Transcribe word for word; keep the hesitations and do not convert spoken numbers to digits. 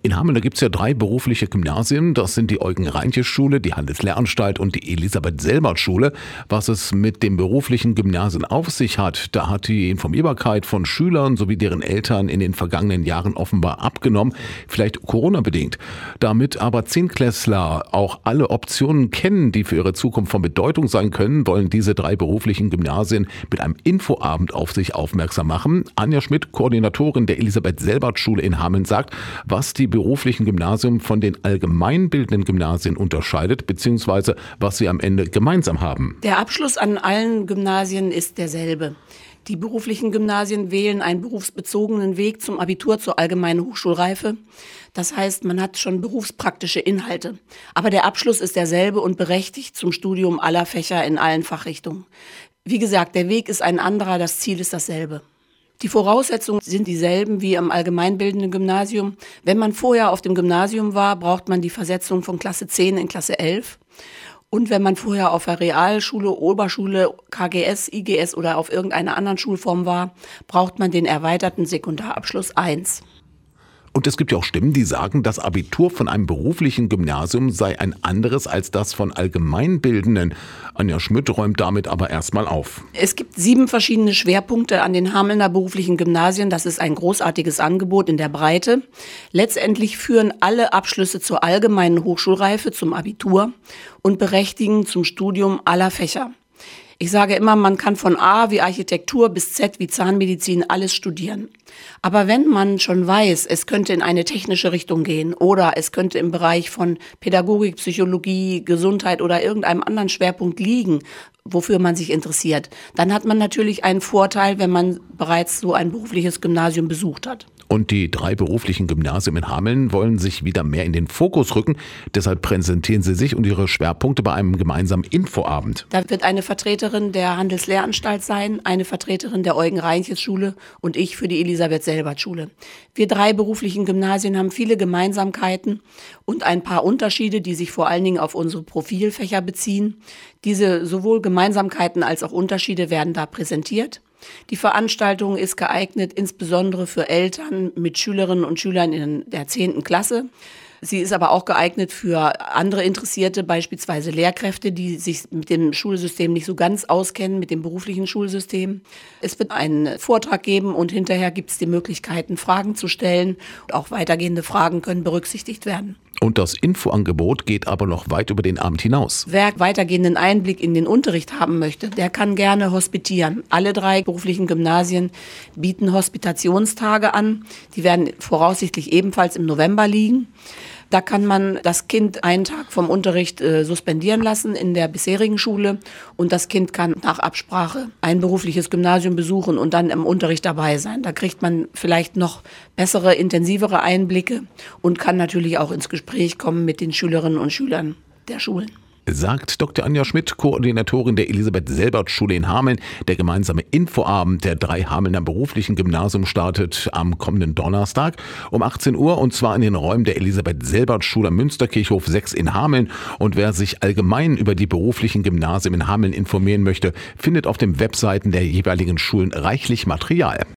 In Hameln, da gibt es ja drei berufliche Gymnasien. Das sind die Eugen-Reinches-Schule, die Handelslehranstalt und die Elisabeth-Selbert-Schule. Was es mit den beruflichen Gymnasien auf sich hat, da hat die Informierbarkeit von Schülern sowie deren Eltern in den vergangenen Jahren offenbar abgenommen. Vielleicht Corona-bedingt. Damit aber Zehntklässler auch alle Optionen kennen, die für ihre Zukunft von Bedeutung sein können, wollen diese drei beruflichen Gymnasien mit einem Infoabend auf sich aufmerksam machen. Anja Schmidt, Koordinatorin der Elisabeth-Selbert-Schule in Hameln, sagt, was die beruflichen Gymnasien von den allgemeinbildenden Gymnasien unterscheidet, beziehungsweise was sie am Ende gemeinsam haben. Der Abschluss an allen Gymnasien ist derselbe. Die beruflichen Gymnasien wählen einen berufsbezogenen Weg zum Abitur zur allgemeinen Hochschulreife. Das heißt, man hat schon berufspraktische Inhalte. Aber der Abschluss ist derselbe und berechtigt zum Studium aller Fächer in allen Fachrichtungen. Wie gesagt, der Weg ist ein anderer, das Ziel ist dasselbe. Die Voraussetzungen sind dieselben wie am allgemeinbildenden Gymnasium. Wenn man vorher auf dem Gymnasium war, braucht man die Versetzung von Klasse zehn in Klasse elf. Und wenn man vorher auf der Realschule, Oberschule, K G S, I G S oder auf irgendeiner anderen Schulform war, braucht man den erweiterten Sekundarabschluss eins. Und es gibt ja auch Stimmen, die sagen, das Abitur von einem beruflichen Gymnasium sei ein anderes als das von allgemeinbildenden. Anja Schmidt räumt damit aber erstmal auf. Es gibt sieben verschiedene Schwerpunkte an den Hamelner beruflichen Gymnasien. Das ist ein großartiges Angebot in der Breite. Letztendlich führen alle Abschlüsse zur allgemeinen Hochschulreife, zum Abitur und berechtigen zum Studium aller Fächer. Ich sage immer, man kann von A wie Architektur bis Z wie Zahnmedizin alles studieren. Aber wenn man schon weiß, es könnte in eine technische Richtung gehen oder es könnte im Bereich von Pädagogik, Psychologie, Gesundheit oder irgendeinem anderen Schwerpunkt liegen, wofür man sich interessiert, dann hat man natürlich einen Vorteil, wenn man bereits so ein berufliches Gymnasium besucht hat. Und die drei beruflichen Gymnasien in Hameln wollen sich wieder mehr in den Fokus rücken. Deshalb präsentieren sie sich und ihre Schwerpunkte bei einem gemeinsamen Infoabend. Da wird eine Vertreterin der Handelslehranstalt sein, eine Vertreterin der Eugen-Reinches-Schule und ich für die Elisabeth-Selbert-Schule. Wir drei beruflichen Gymnasien haben viele Gemeinsamkeiten und ein paar Unterschiede, die sich vor allen Dingen auf unsere Profilfächer beziehen. Diese sowohl Gemeinsamkeiten als auch Unterschiede werden da präsentiert. Die Veranstaltung ist geeignet insbesondere für Eltern mit Schülerinnen und Schülern in der zehnten Klasse. Sie ist aber auch geeignet für andere Interessierte, beispielsweise Lehrkräfte, die sich mit dem Schulsystem nicht so ganz auskennen, mit dem beruflichen Schulsystem. Es wird einen Vortrag geben und hinterher gibt es die Möglichkeiten, Fragen zu stellen. Auch weitergehende Fragen können berücksichtigt werden. Und das Infoangebot geht aber noch weit über den Abend hinaus. Wer weitergehenden Einblick in den Unterricht haben möchte, der kann gerne hospitieren. Alle drei beruflichen Gymnasien bieten Hospitationstage an. Die werden voraussichtlich ebenfalls im November liegen. Da kann man das Kind einen Tag vom Unterricht äh, suspendieren lassen in der bisherigen Schule und das Kind kann nach Absprache ein berufliches Gymnasium besuchen und dann im Unterricht dabei sein. Da kriegt man vielleicht noch bessere, intensivere Einblicke und kann natürlich auch ins Gespräch kommen mit den Schülerinnen und Schülern der Schulen. Sagt Doktor Anja Schmidt, Koordinatorin der Elisabeth-Selbert-Schule in Hameln. Der gemeinsame Infoabend der drei Hamelner beruflichen Gymnasien startet am kommenden Donnerstag um achtzehn Uhr und zwar in den Räumen der Elisabeth-Selbert-Schule am Münsterkirchhof sechs in Hameln. Und wer sich allgemein über die beruflichen Gymnasien in Hameln informieren möchte, findet auf den Webseiten der jeweiligen Schulen reichlich Material.